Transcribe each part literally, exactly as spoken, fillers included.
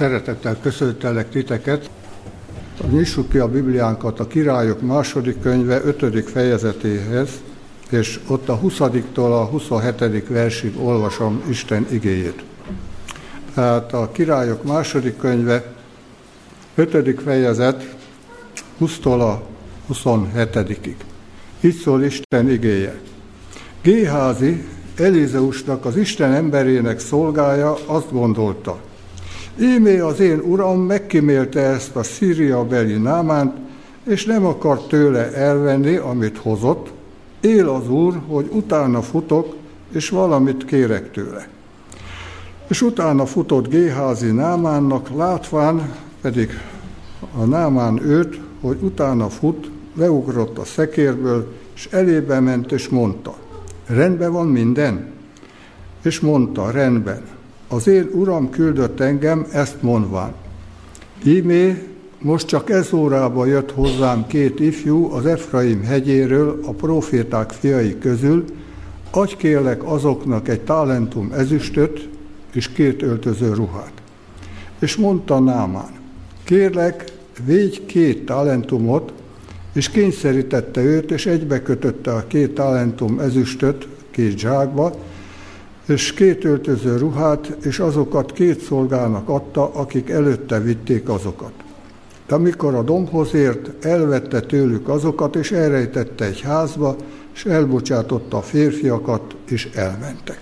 Szeretettel köszöntelek titeket. Nyissuk ki a Bibliánkat a Királyok második könyve ötödik fejezetéhez, és ott a huszadiktól a huszonhetedik versig olvasom Isten igéjét. Tehát a Királyok második könyve ötödik fejezet husztól a huszonhetedikig. Így szól Isten igéje. Géházi, Elizeusnak, az Isten emberének szolgája azt gondolta: íme az én uram megkímélte ezt a szíriabeli Námánt, és nem akar tőle elvenni, amit hozott. Él az Úr, hogy utána futok, és valamit kérek tőle. És utána futott Géházi Námánnak, látván pedig a Námán őt, hogy utána fut, leugrott a szekérből, és elébe ment, és mondta: rendben van minden? És mondta: rendben. Az én uram küldött engem, ezt mondván: íme most csak ez órában jött hozzám két ifjú az Efraim hegyéről, a próféták fiai közül, adj kérlek azoknak egy talentum ezüstöt és két öltöző ruhát. És mondta Námán: kérlek, védj két talentumot, és kényszerítette őt, és egybekötötte a két talentum ezüstöt két zsákba, és két öltöző ruhát, és azokat két szolgának adta, akik előtte vitték azokat. De amikor a dombhoz ért, elvette tőlük azokat, és elrejtette egy házba, és elbocsátotta a férfiakat, és elmentek.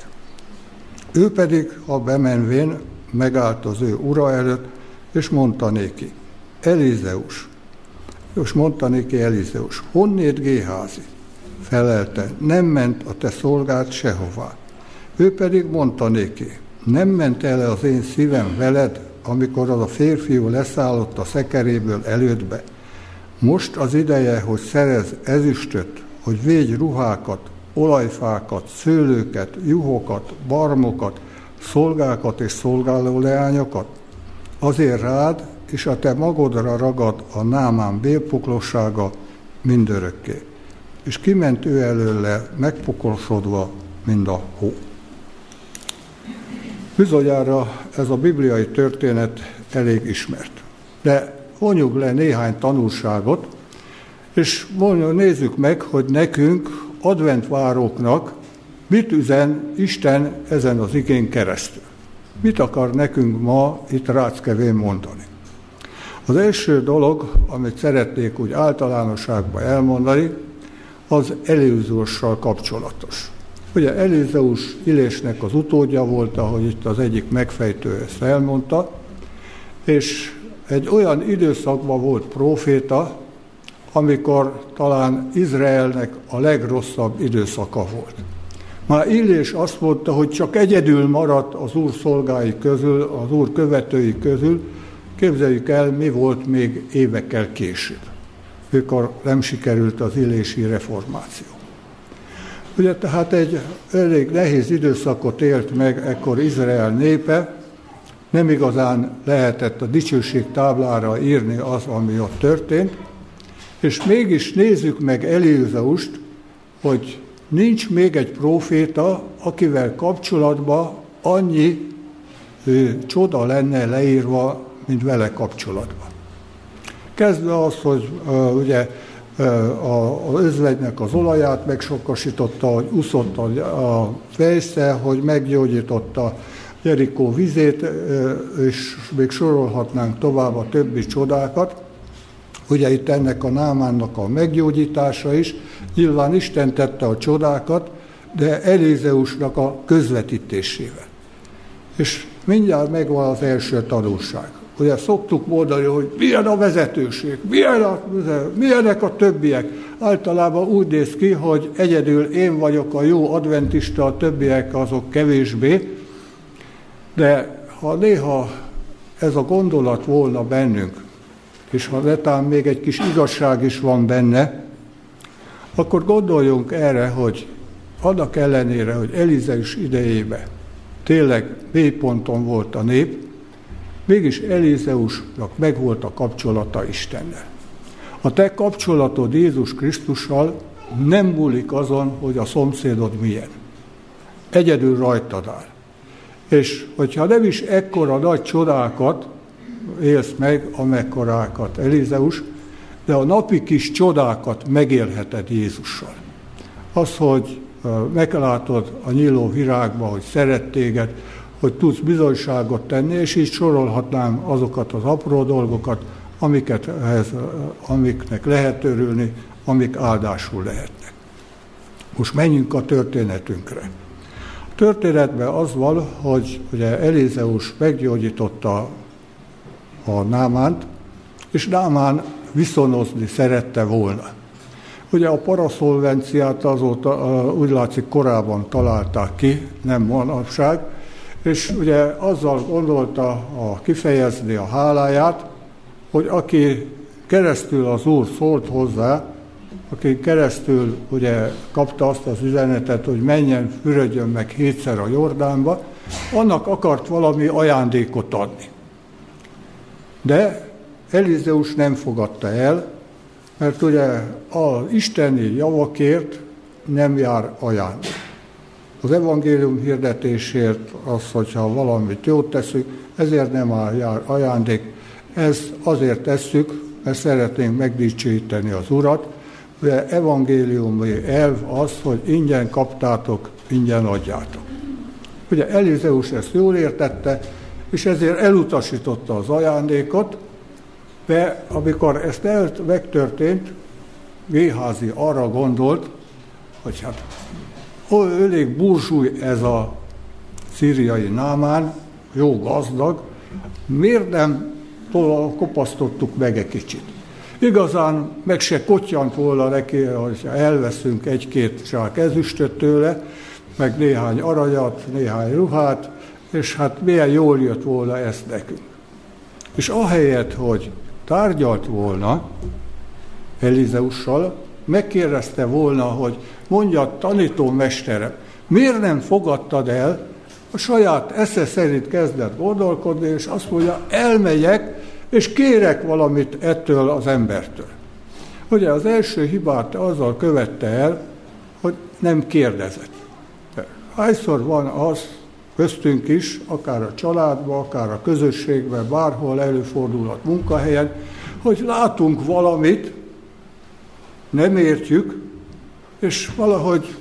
Ő pedig, ha bemenvén, megállt az ő ura előtt, és mondta néki: Elizeus. És mondta néki Elizeus: honnét Géházi? Felelte: nem ment a te szolgád sehová. Ő pedig mondta néki: nem ment el az én szívem veled, amikor az a férfiú leszállott a szekeréből elődbe. Most az ideje, hogy szerez ezüstöt, hogy védj ruhákat, olajfákat, szőlőket, juhokat, barmokat, szolgákat és szolgálóleányokat. Azért rád és a te magodra ragad a Námán bélpoklossága mindörökké. És kiment ő előle, megpoklosodva, mind a hó. Bizonyára ez a bibliai történet elég ismert. De vonjuk le néhány tanulságot, és mondjuk, nézzük meg, hogy nekünk, adventváróknak mit üzen Isten ezen az igén keresztül. Mit akar nekünk ma itt ráckevén mondani? Az első dolog, amit szeretnék úgy általánosságban elmondani, az Elizeussal kapcsolatos. Ugye Elizeus Illésnek az utódja volt, ahogy itt az egyik megfejtő ezt elmondta, és egy olyan időszakban volt próféta, amikor talán Izraelnek a legrosszabb időszaka volt. Már Illés azt mondta, hogy csak egyedül maradt az Úr szolgái közül, az Úr követői közül. Képzeljük el, mi volt még évekkel később, mikor nem sikerült az illési reformáció. Ugye tehát egy elég nehéz időszakot élt meg ekkor Izrael népe, nem igazán lehetett a dicsőség táblára írni az, ami ott történt, és mégis nézzük meg Elizeust, hogy nincs még egy próféta, akivel kapcsolatban annyi ő, csoda lenne leírva, mint vele kapcsolatban. Kezdve az, hogy uh, ugye az özvegynek az olaját megsokasította, hogy uszott a fejsze, hogy meggyógyította Jerikó vizét, és még sorolhatnánk tovább a többi csodákat. Ugye itt ennek a Námánnak a meggyógyítása is, nyilván Isten tette a csodákat, de Elizeusnak a közvetítésével. És mindjárt megvan az első tanulság. Ugye szoktuk mondani, hogy milyen a vezetőség, milyen a, milyenek a többiek. Általában úgy néz ki, hogy egyedül én vagyok a jó adventista, a többiek azok kevésbé. De ha néha ez a gondolat volna bennünk, és ha netán még egy kis igazság is van benne, akkor gondoljunk erre, hogy annak ellenére, hogy Elizeus idejében tényleg mélyponton volt a nép, mégis Elizeusnak megvolt a kapcsolata Istennel. A te kapcsolatod Jézus Krisztussal nem múlik azon, hogy a szomszédod milyen. Egyedül rajtad áll. És hogyha nem is ekkora nagy csodákat, élsz meg amekkorákat Elizeus, de a napi kis csodákat megélheted Jézussal. Az, hogy meglátod a nyíló virágba, hogy szeret téged, hogy tudsz bizonyságot tenni, és így sorolhatnám azokat az apró dolgokat, amiket ehhez, amiknek lehet örülni, amik áldásul lehetnek. Most menjünk a történetünkre. A történetben az van, hogy ugye Elizeus meggyógyította a Námánt, és Námán viszonozni szerette volna. Ugye a paraszolvenciát azóta úgy látszik korábban találták ki, nem manapság, és ugye azzal gondolta a kifejezni a háláját, hogy aki keresztül az Úr szólt hozzá, aki keresztül ugye kapta azt az üzenetet, hogy menjen, fürödjön meg hétszer a Jordánba, annak akart valami ajándékot adni. De Elizeus nem fogadta el, mert ugye az isteni javakért nem jár ajándék. Az evangélium hirdetésért az, hogyha valamit jót teszünk, ezért nem jár ajándék. Ezt azért tesszük, mert szeretnénk megdicsőíteni az Urat. Ugye evangéliumi elv az, hogy ingyen kaptátok, ingyen adjátok. Ugye Elizeus ezt jól értette, és ezért elutasította az ajándékot, de amikor ezt el, megtörtént, Géházi arra gondolt, hogy hát elég burzsúj ez a szíriai Námán, jó gazdag, miért nem kopasztottuk meg egy kicsit. Igazán meg se kottyant volna neki, hogy elveszünk egy-két zsák ezüstöt tőle, meg néhány aranyat, néhány ruhát, és hát milyen jól jött volna ezt nekünk. És ahelyett, hogy tárgyalt volna Elizeussal, megkérdezte volna, hogy mondja, tanító mesterem, miért nem fogadtad el, a saját esze szerint kezdett gondolkodni, és azt mondja, elmegyek, és kérek valamit ettől az embertől. Ugye az első hibát azzal követte el, hogy nem kérdezett. Hányszor van az köztünk is, akár a családban, akár a közösségben, bárhol előfordulhat munkahelyen, hogy látunk valamit, nem értjük, és valahogy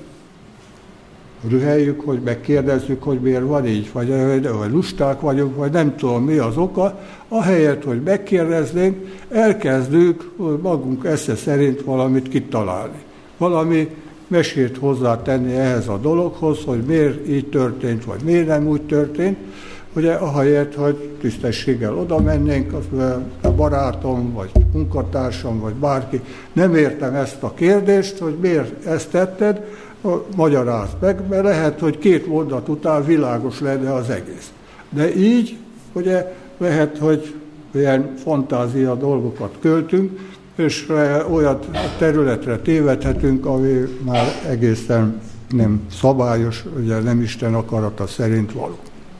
rüheljük, hogy megkérdezzük, hogy miért van így, vagy, vagy lusták vagyunk, vagy nem tudom mi az oka, ahelyett, hogy megkérdeznénk, elkezdünk magunk esze szerint valamit kitalálni. Valami mesét hozzátenni ehhez a dologhoz, hogy miért így történt, vagy miért nem úgy történt, ugye ahelyett, hogy tisztességgel oda mennénk, a barátom, vagy munkatársam, vagy bárki, nem értem ezt a kérdést, hogy miért ezt tetted, magyarázd meg, mert lehet, hogy két mondat után világos lenne az egész. De így, ugye lehet, hogy ilyen fantázia dolgokat költünk, és olyan területre tévedhetünk, ami már egészen nem szabályos, ugye nem Isten akarata szerint való.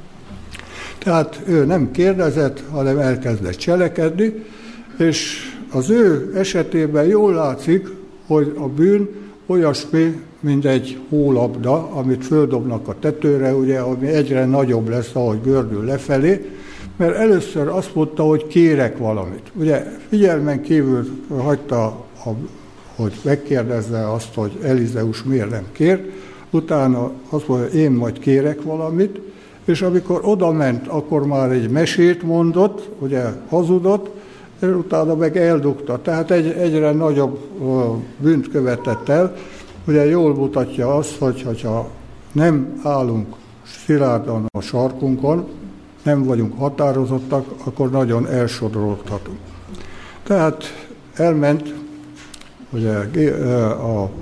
Tehát ő nem kérdezett, hanem elkezdett cselekedni, és az ő esetében jól látszik, hogy a bűn olyasmi, mint egy hólabda, amit földobnak a tetőre, ugye, ami egyre nagyobb lesz, ahogy gördül lefelé, mert először azt mondta, hogy kérek valamit. Ugye figyelmen kívül hagyta, a, hogy megkérdezze azt, hogy Elizeus miért nem kér, utána azt mondja, én majd kérek valamit, és amikor oda ment, akkor már egy mesét mondott, ugye hazudott, és utána meg eldugta. Tehát egy, egyre nagyobb bűnt követett el. Ugye jól mutatja azt, hogy ha nem állunk szilárdan a sarkunkon, nem vagyunk határozottak, akkor nagyon elsodródhatunk. Tehát elment ugye, a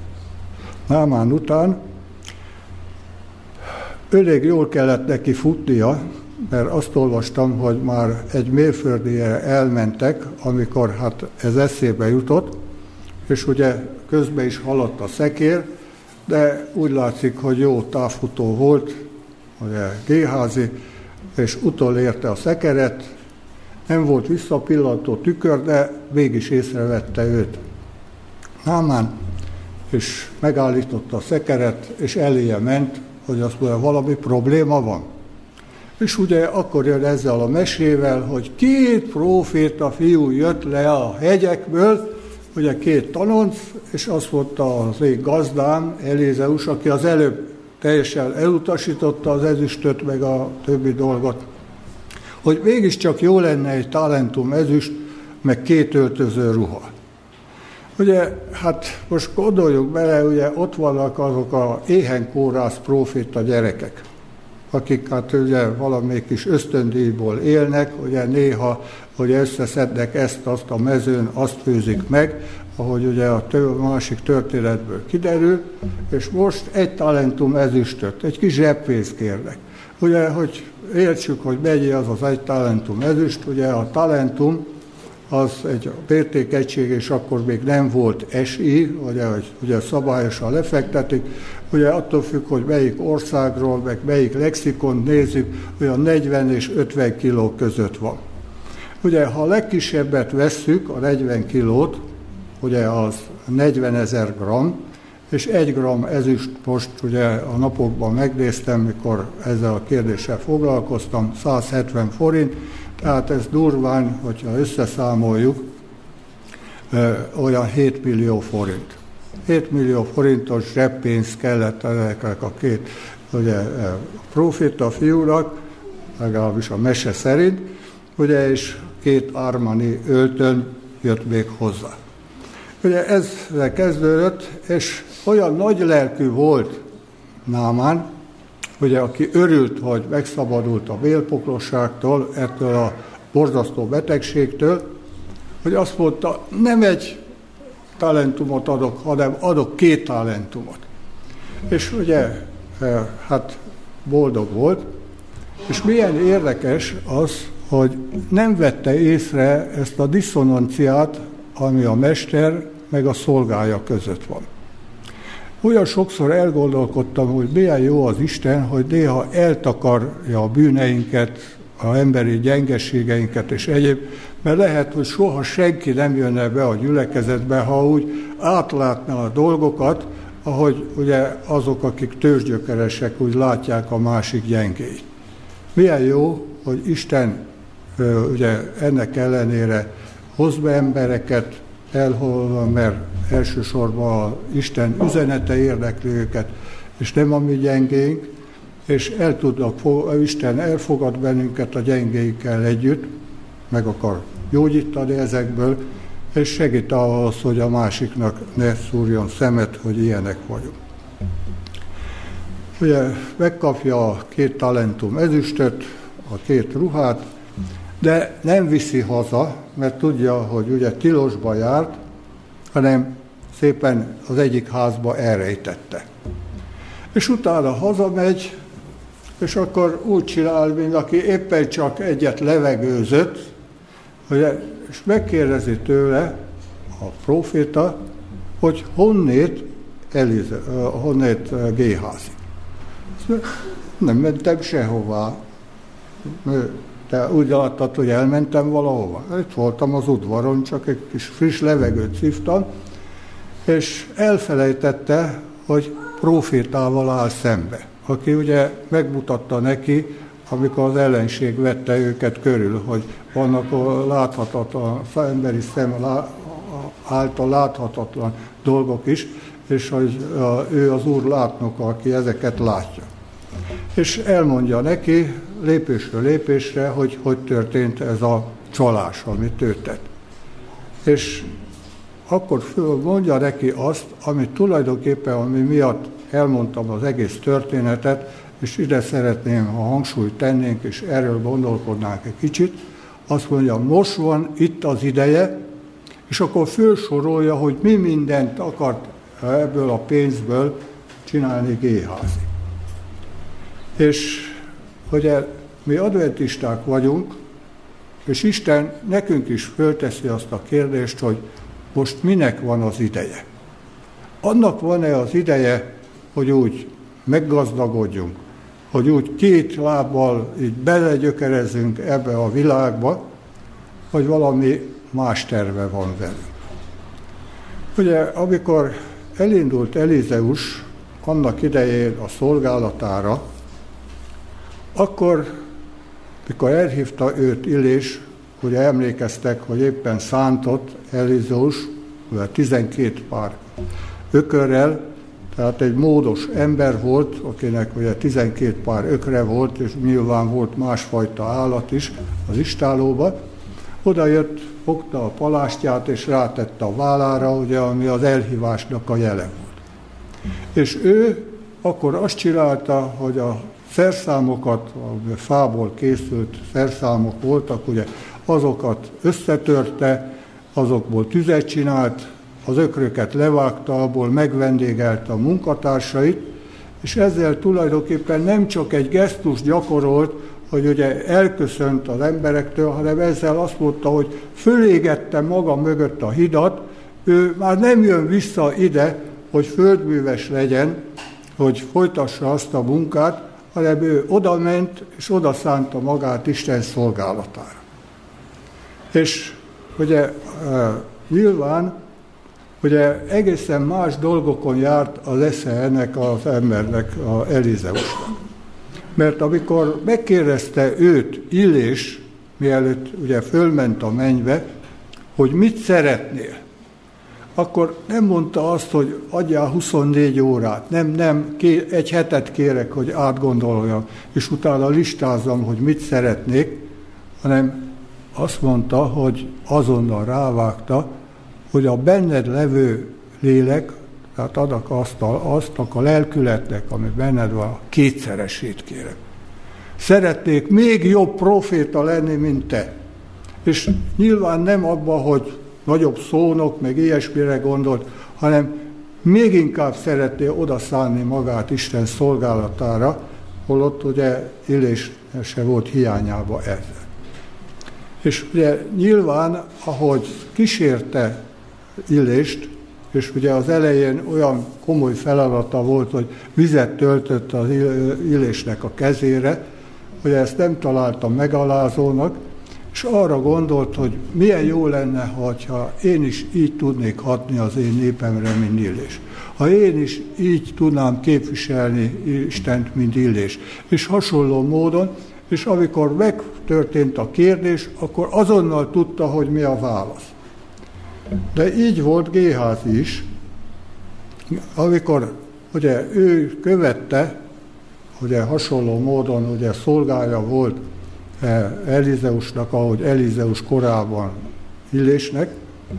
Námán után, elég jól kellett neki futnia, mert azt olvastam, hogy már egy mérföldnyire elmentek, amikor hát ez eszébe jutott, és ugye közben is haladt a szekér, de úgy látszik, hogy jó távfutó volt, ugye Géházi, és utolérte a szekeret, nem volt visszapillantó tükör, de mégis észrevette őt. Námán, és megállította a szekeret, és eléje ment, hogy azt mondja, valami probléma van. És ugye akkor jön ezzel a mesével, hogy két próféta fiú jött le a hegyekből, ugye két tanonc, és azt mondta az ég gazdám, Elézeus, aki az előbb teljesen elutasította az ezüstöt, meg a többi dolgot, hogy mégiscsak jó lenne egy talentum ezüst, meg két öltöző ruha. Ugye, hát most gondoljuk bele, ugye ott vannak azok a éhen kórász próféta gyerekek, akik hát ugye valamelyik kis ösztöndíjból élnek, ugye néha, hogy összeszednek ezt-azt a mezőn, azt főzik meg, ahogy ugye a tő, másik történetből kiderül, és most egy talentum ezüstöt, egy kis zseppénzt kérnek. Ugye, hogy értsük, hogy mennyi az az egy talentum ezüst, ugye a talentum az egy mértékegység, és akkor még nem volt es i, ugye, hogy ugye szabályosan lefektetik, ugye attól függ, hogy melyik országról, meg melyik lexikont nézzük, olyan negyven és ötven kiló között van. Ugye, ha a legkisebbet vesszük, a negyven kilót, ugye az negyvenezer gramm, és egy gramm ezüst most ugye a napokban megnéztem, mikor ezzel a kérdéssel foglalkoztam, száz hetven forint, tehát ez durván, hogyha összeszámoljuk, olyan hét millió forint. hét millió forintos zseppénz kellett ezeknek a két ugye, profita fiúnak, legalábbis a mese szerint, ugye, és két Armani öltön jött még hozzá. Ugye ezzel kezdődött, és olyan nagy lelkű volt Námán, ugye, aki örült, hogy megszabadult a vérpoklosságtól, ettől a borzasztó betegségtől, hogy azt mondta, nem egy talentumot adok, hanem adok két talentumot. És ugye, hát boldog volt, és milyen érdekes az, hogy nem vette észre ezt a diszonanciát, ami a mester meg a szolgája között van. Olyan sokszor elgondolkodtam, hogy milyen jó az Isten, hogy néha eltakarja a bűneinket, az emberi gyengeségeinket és egyéb, mert lehet, hogy soha senki nem jönne be a gyülekezetbe, ha úgy átlátná a dolgokat, ahogy ugye azok, akik tőzsgyökeresek, úgy látják a másik gyengéit. Milyen jó, hogy Isten ugye ennek ellenére hoz be embereket, elhol, mert elsősorban az Isten üzenete érdekli őket, és nem a mi gyengénk, és el tudnak, Isten elfogad bennünket a gyengéikkel együtt, meg akar gyógyítani ezekből, és segít ahhoz, hogy a másiknak ne szúrjon szemet, hogy ilyenek vagyunk. Ugye megkapja a két talentum ezüstöt, a két ruhát, de nem viszi haza, mert tudja, hogy ugye tilosba járt, hanem szépen az egyik házba elrejtette. És utána hazamegy, és akkor úgy csinál, mint aki éppen csak egyet levegőzött, hogy, és megkérdezi tőle a próféta, hogy honnét, Elize, honnét Géházi. Nem mentem sehová. Te úgy láttad, hogy elmentem valahova. Itt voltam az udvaron, csak egy kis friss levegőt szívtam, és elfelejtette, hogy prófétával áll szembe, aki ugye megmutatta neki, amikor az ellenség vette őket körül, hogy vannak láthatatlan, emberi szem által láthatatlan dolgok is, és hogy ő az Úr látnok, aki ezeket látja. És elmondja neki lépésről lépésre, hogy hogy történt ez a csalás, amit ő tett. És akkor mondja neki azt, amit tulajdonképpen, ami miatt elmondtam az egész történetet, és ide szeretném, ha hangsúlyt tennénk, és erről gondolkodnánk egy kicsit, azt mondja, most van itt az ideje, és akkor fölsorolja, hogy mi mindent akart ebből a pénzből csinálni Géházi. És ugye mi adventisták vagyunk, és Isten nekünk is fölteszi azt a kérdést, hogy most minek van az ideje. Annak van-e az ideje, hogy úgy meggazdagodjunk, hogy úgy két lábbal így belegyökerezzünk ebbe a világba, vagy valami más terve van velünk. Ugye, amikor elindult Elizeus annak idején a szolgálatára, akkor mikor elhívta őt Illés, ugye emlékeztek, hogy éppen szántott Elizeus, tizenkét pár ökörrel, tehát egy módos ember volt, akinek ugye tizenkét pár ökre volt, és nyilván volt másfajta állat is az istállóba. Oda jött, fogta a palástját, és rátette a vállára, ugye, ami az elhívásnak a jele volt. És ő akkor azt csinálta, hogy a szerszámokat, a fából készült szerszámok voltak, ugye, azokat összetörte, azokból tüzet csinált, az ökröket levágta, abból megvendégelte a munkatársait, és ezzel tulajdonképpen nem csak egy gesztus gyakorolt, hogy ugye elköszönt az emberektől, hanem ezzel azt mondta, hogy fölégette maga mögött a hidat, ő már nem jön vissza ide, hogy földműves legyen, hogy folytassa azt a munkát, hanem ő oda ment, és oda szánta magát Isten szolgálatára. És ugye nyilván ugye egészen más dolgokon járt az esze ennek az embernek, a Elizeusnak. Mert amikor megkérdezte őt Illés, mielőtt ugye fölment a mennybe, hogy mit szeretnél, akkor nem mondta azt, hogy adjál huszonnégy órát, nem, nem, egy hetet kérek, hogy átgondoljam, és utána listázzam, hogy mit szeretnék, hanem azt mondta, hogy azonnal rávágta, hogy a benned levő lélek, tehát adak azt a, aztnak a lelkületnek, ami benned van, kétszeresét kérek. Szeretnék még jobb proféta lenni, mint te. És nyilván nem abban, hogy nagyobb szónok, meg ilyesmire gondolt, hanem még inkább szeretné odaszánni magát Isten szolgálatára, holott ugye Illés se volt hiányába ezzel. És ugye nyilván, ahogy kísérte Illést, és ugye az elején olyan komoly feladata volt, hogy vizet töltött az Illésnek a kezére, hogy ezt nem találta megalázónak, és arra gondolt, hogy milyen jó lenne, ha én is így tudnék hatni az én népemre, mint Illés. Ha én is így tudnám képviselni Istent, mint Illés. És hasonló módon, és amikor megtörtént a kérdés, akkor azonnal tudta, hogy mi a válasz. De így volt Géházi is, amikor ugye ő követte, ugye hasonló módon ugye szolgája volt Elizeusnak, ahogy Elizeus korában Illésnek,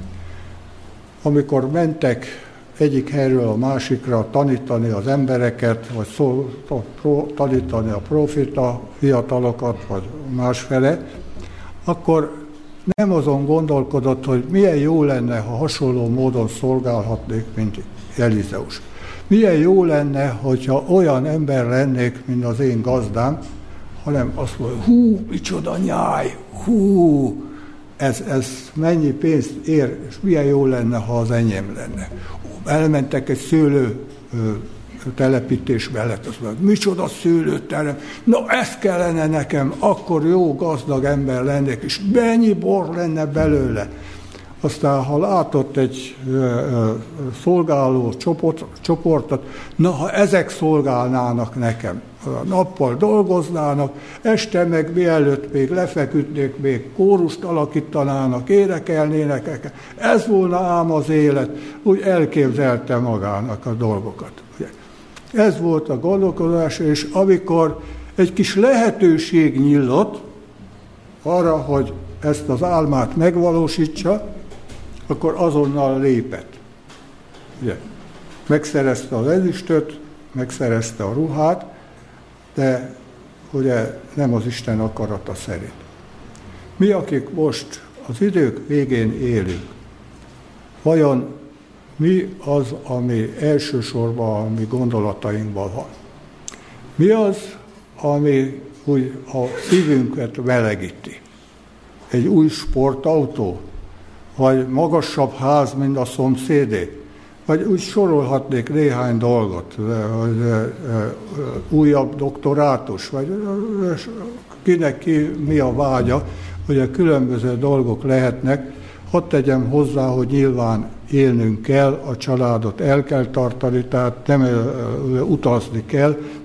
amikor mentek egyik helyről a másikra tanítani az embereket, vagy szól, tanítani a proféta fiatalokat, vagy másfele, akkor nem azon gondolkodott, hogy milyen jó lenne, ha hasonló módon szolgálhatnék, mint Elizeus. Milyen jó lenne, hogyha olyan ember lennék, mint az én gazdám, hanem azt mondja, hú, micsoda nyáj, hú, ez, ez mennyi pénzt ér, és milyen jó lenne, ha az enyém lenne. Elmentek egy szőlő telepítés mellett, azt mondja, micsoda szőlőterem, na ez kellene nekem, akkor jó gazdag ember lennék, és mennyi bor lenne belőle. Aztán, ha látott egy ö, ö, szolgáló csoport, csoportot, na, ha ezek szolgálnának nekem, nappal dolgoznának, este meg mielőtt még lefeküdnék, még kórust alakítanának, énekelnének, ez volna ám az élet, úgy elképzelte magának a dolgokat. Ez volt a gondolkodás, és amikor egy kis lehetőség nyílt arra, hogy ezt az álmát megvalósítsa, akkor azonnal lépett. Ugye, megszerezte az ezüstöt, megszerezte a ruhát, de ugye nem az Isten akarata szerint. Mi, akik most az idők végén élünk, vajon mi az, ami elsősorban a mi gondolatainkban van? Mi az, ami úgy a szívünket melegíti? Egy új sportautó? Vagy magasabb ház, mint a szomszédé? Vagy úgy sorolhatnék néhány dolgot, vagy újabb doktorátus, vagy kinek ki mi a vágya, hogy a különböző dolgok lehetnek. Hadd tegyem hozzá, hogy nyilván élnünk kell, a családot el kell tartani, tehát nem utazni kell,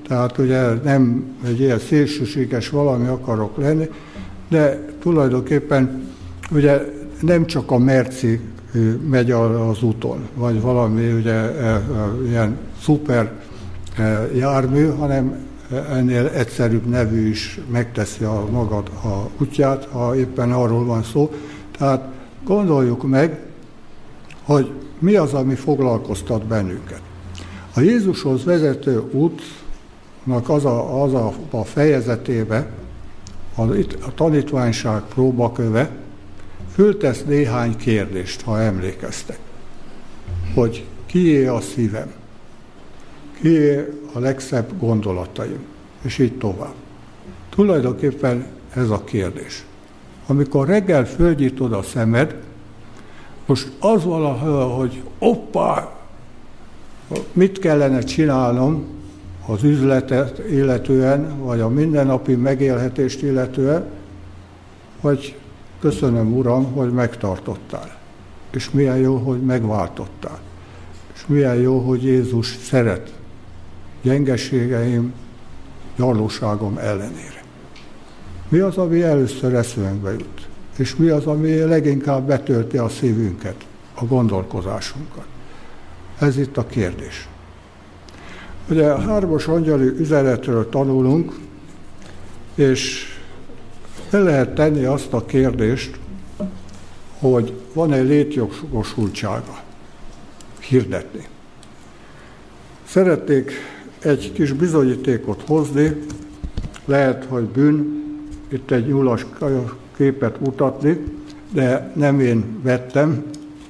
tehát ugye nem egy ilyen szélsőséges valami akarok lenni, de tulajdonképpen ugye nem csak a merci megy az úton, vagy valami ugye ilyen szuper jármű, hanem ennél egyszerűbb nevű is megteszi a magad a útját, ha éppen arról van szó. Tehát gondoljuk meg, hogy mi az, ami foglalkoztat bennünket. A Jézushoz vezető útnak az a, az a, a fejezetébe, a, a tanítványság próbaköve, föltesz néhány kérdést, ha emlékeztek, hogy kié a szívem, kié a legszebb gondolataim, és így tovább. Tulajdonképpen ez a kérdés. Amikor reggel fölnyitod a szemed, most az valahogy, hogy oppá, mit kellene csinálnom az üzletet illetően, vagy a mindennapi megélhetést illetően, vagy köszönöm, Uram, hogy megtartottál. És milyen jó, hogy megváltottál. És milyen jó, hogy Jézus szeret gyengeségeim, gyarlóságom ellenére. Mi az, ami először eszünkbe jut? És mi az, ami leginkább betölti a szívünket, a gondolkozásunkat? Ez itt a kérdés. Ugye a hármas angyali üzenetről tanulunk, és el lehet tenni azt a kérdést, hogy van-e létjogosultsága hirdetni. Szeretnék egy kis bizonyítékot hozni, lehet, hogy bűn, itt egy nyulas képet mutatni, de nem én vettem.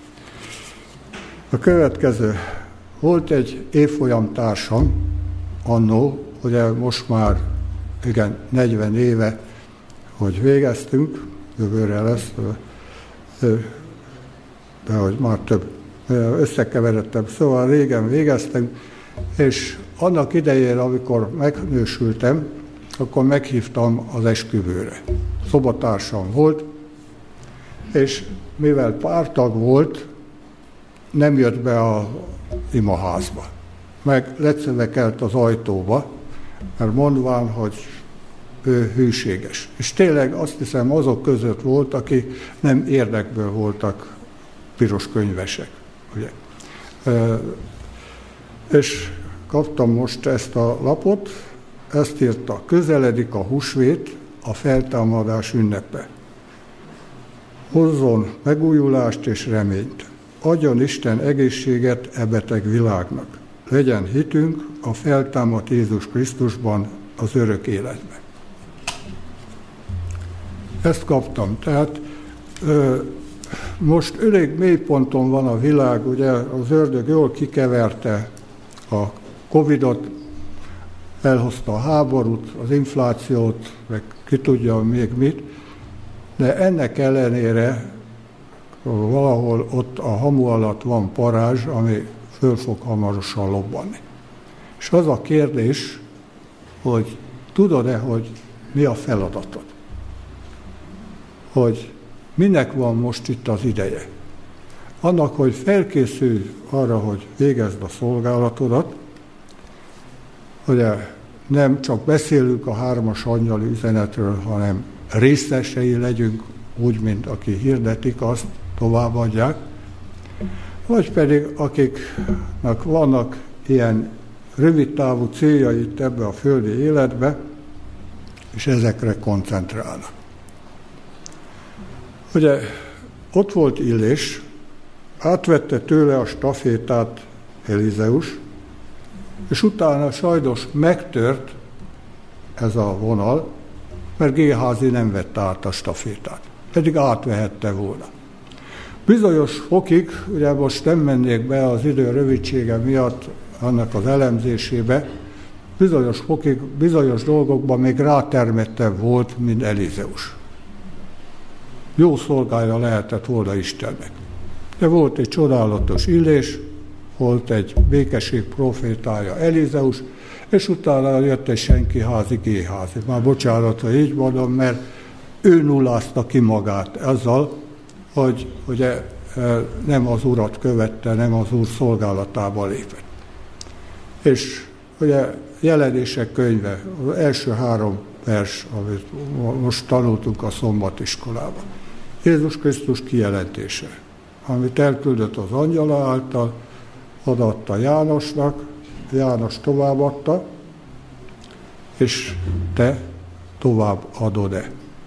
A következő, volt egy évfolyam társam, annó, ugye most már igen, negyven éve, hogy végeztünk, jövőre lesz, de hogy már több, összekeveredtem, szóval régen végeztem, és annak idején, amikor megnősültem, akkor meghívtam az esküvőre. Szobatársam volt, és mivel pártag volt, nem jött be az imaházba. Meg lecövekelt az ajtóba, mert mondván, hogy ő hűséges. És tényleg azt hiszem azok között volt, akik nem érdekből voltak piros könyvesek. Ugye? E, és kaptam most ezt a lapot, ezt írta, közeledik a húsvét, a feltámadás ünnepe. Hozzon megújulást és reményt. Adjon Isten egészséget e beteg világnak. Legyen hitünk a feltámadt Jézus Krisztusban az örök életben. Ezt kaptam. Tehát ö, most elég mély ponton van a világ, ugye az ördög jól kikeverte a Covidot, elhozta a háborút, az inflációt, meg ki tudja még mit, de ennek ellenére valahol ott a hamu alatt van parázs, ami föl fog hamarosan lobbanni. És az a kérdés, hogy tudod-e, hogy mi a feladatod? Hogy minek van most itt az ideje? Annak, hogy felkészülj arra, hogy végezd a szolgálatodat, ugye nem csak beszélünk a hármas angyali üzenetről, hanem részesei legyünk, úgy, mint aki hirdetik, azt továbbadják, vagy pedig akiknek vannak ilyen rövidtávú céljai itt ebbe a földi életbe, és ezekre koncentrálnak. Ugye ott volt Illés, átvette tőle a stafétát Elizeus, és utána sajnos megtört ez a vonal, mert Géházi nem vette át a stafétát, pedig átvehette volna. Bizonyos fokig, ugye most nem mennék be az idő rövidsége miatt annak az elemzésébe, bizonyos fokig, bizonyos dolgokban még rátermettebb volt, mint Elizeus. Jó szolgája lehetett volna Istennek. De volt egy csodálatos Illés, volt egy békesség profétája Elizeus, és utána jött egy senkiházi Géházi. Már bocsánat, hogy így mondom, mert ő nullázta ki magát azzal, hogy ugye nem az urat követte, nem az úr szolgálatába lépett. És ugye Jelenések könyve, az első három vers, amit most tanultunk a szombatiskolában. Jézus Krisztus kijelentése, amit elküldött az angyala által, odaadta Jánosnak, János továbbadta, és te tovább adod-e.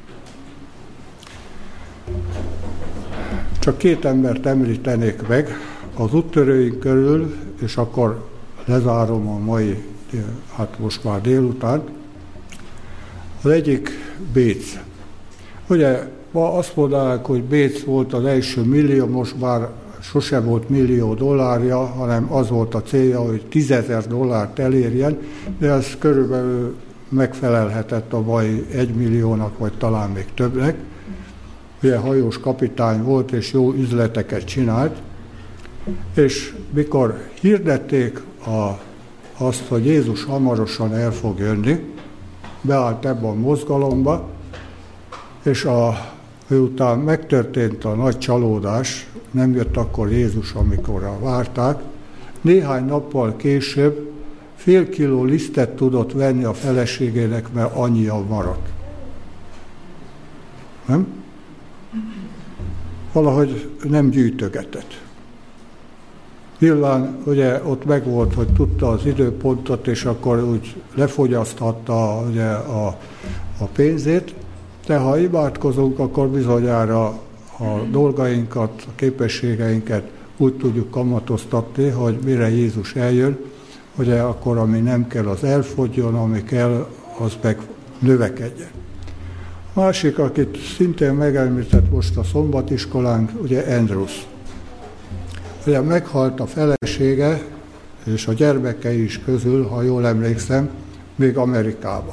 Csak két embert említenék meg az úttörőink körül, és akkor lezárom a mai, hát most már délután. Az egyik Béc. Ugye ma azt mondanák, hogy Béc volt az első millió, most már sosem volt millió dollárja, hanem az volt a célja, hogy tízezer dollárt elérjen, de ez körülbelül megfelelhetett a mai egymilliónak, vagy talán még többnek. Ugye hajós kapitány volt, és jó üzleteket csinált, és mikor hirdették a, azt, hogy Jézus hamarosan el fog jönni, beállt ebbe a mozgalomba, és a, miután megtörtént a nagy csalódás, nem jött akkor Jézus, amikorra várták, néhány nappal később fél kiló lisztet tudott venni a feleségének, mert annyia maradt. Nem? Valahogy nem gyűjtögetett. Nyilván ugye ott megvolt, hogy tudta az időpontot, és akkor úgy lefogyaszthatta ugye a, a pénzét, de ha imádkozunk, akkor bizonyára a dolgainkat, a képességeinket úgy tudjuk kamatoztatni, hogy mire Jézus eljön, ugye akkor ami nem kell, az elfogjon, ami kell, az meg növekedjen. Másik, akit szintén megemlített most a szombatiskolánk, ugye Andrews. Ugye meghalt a felesége, és a gyermekei is közül, ha jól emlékszem, még Amerikában.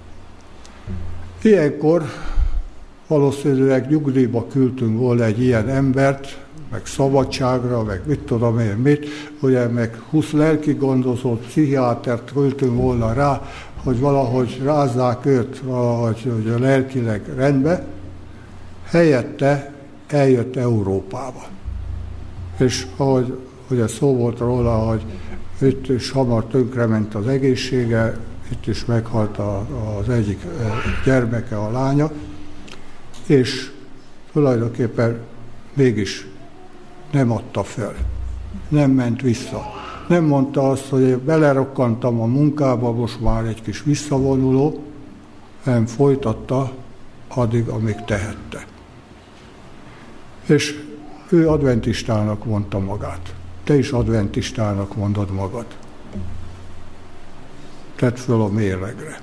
Ilyenkor valószínűleg nyugdíjba küldtünk volna egy ilyen embert, meg szabadságra, meg mit tudom én mit, ugye meg húsz lelki gondozót, pszichiátert küldtünk volna rá, hogy valahogy rázzák őt, valahogy hogy a lelkileg rendbe. Helyette eljött Európába. És ahogy ugye szó volt róla, hogy itt is hamar tönkrement az egészsége, itt is meghalt a, az egyik gyermeke, a lánya, és tulajdonképpen mégis nem adta föl, nem ment vissza. Nem mondta azt, hogy én belerokkantam a munkába, most már egy kis visszavonuló, hanem folytatta addig, amíg tehette. És ő adventistának mondta magát. Te is adventistának mondod magad. Tedd föl a mérlegre.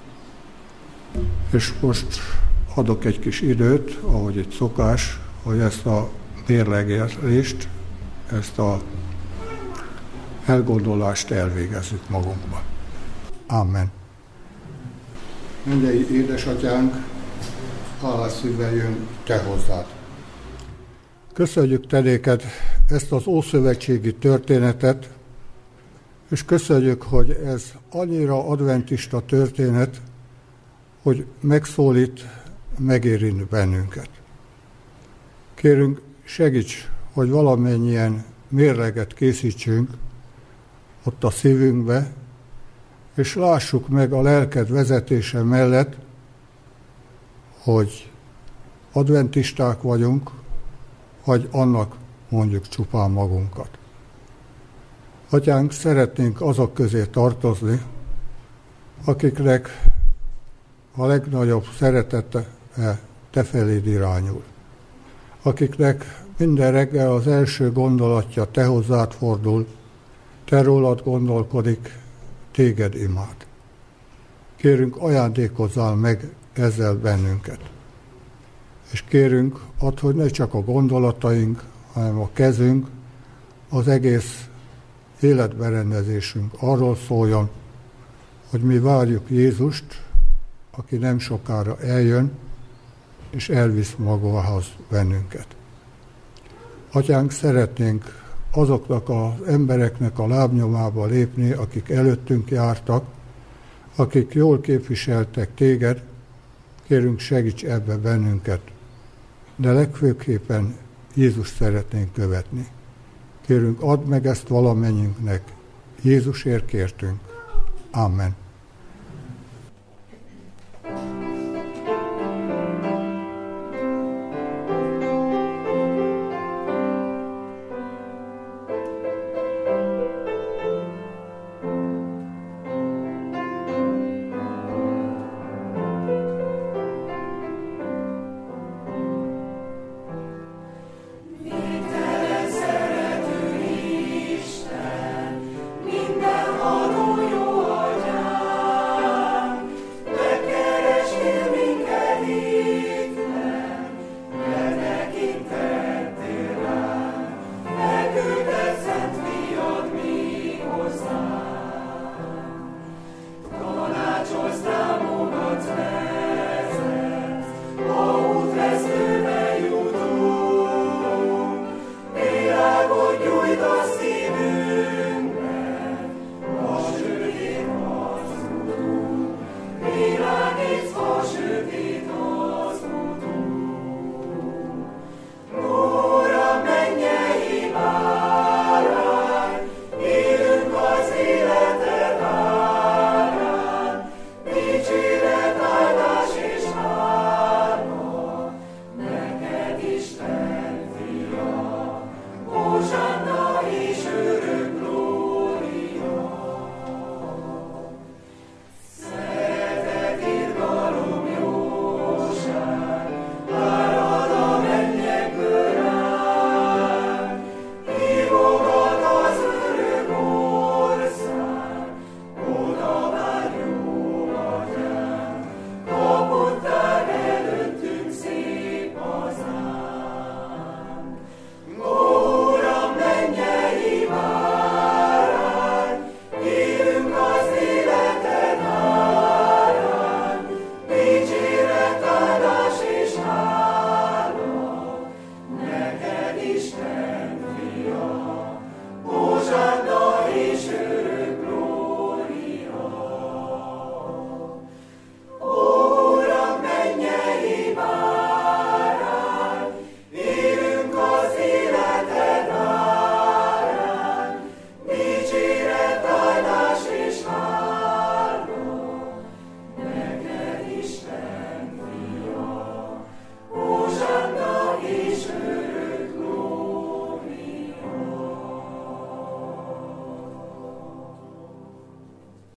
És most adok egy kis időt, ahogy itt szokás, hogy ezt a mérlegelést, ezt a elgondolást elvégezzük magunkban. Amen. Mennyei édesatyánk, hálás szívvel jön te hozzád. Köszönjük te néked ezt az ószövetségi történetet, és köszönjük, hogy ez annyira adventista történet, hogy megszólít, megérint bennünket. Kérünk, segíts, hogy valamennyien mérleget készítsünk ott a szívünkbe, és lássuk meg a lelked vezetése mellett, hogy adventisták vagyunk, vagy annak mondjuk csupán magunkat. Atyánk, szeretnénk azok közé tartozni, akiknek a legnagyobb szeretete te feléd irányul. Akiknek minden reggel az első gondolatja te hozzád fordul, te rólad gondolkodik, téged imád. Kérünk, ajándékozzál meg ezzel bennünket. És kérünk, add, hogy ne csak a gondolataink, hanem a kezünk, az egész életberendezésünk arról szóljon, hogy mi várjuk Jézust, aki nem sokára eljön, és elvisz magához bennünket. Atyánk, szeretnénk azoknak az embereknek a lábnyomába lépni, akik előttünk jártak, akik jól képviseltek téged, kérünk, segíts ebbe bennünket, de legfőképpen Jézus szeretnénk követni. Kérünk, add meg ezt valamennyiünknek, Jézusért kértünk. Amen.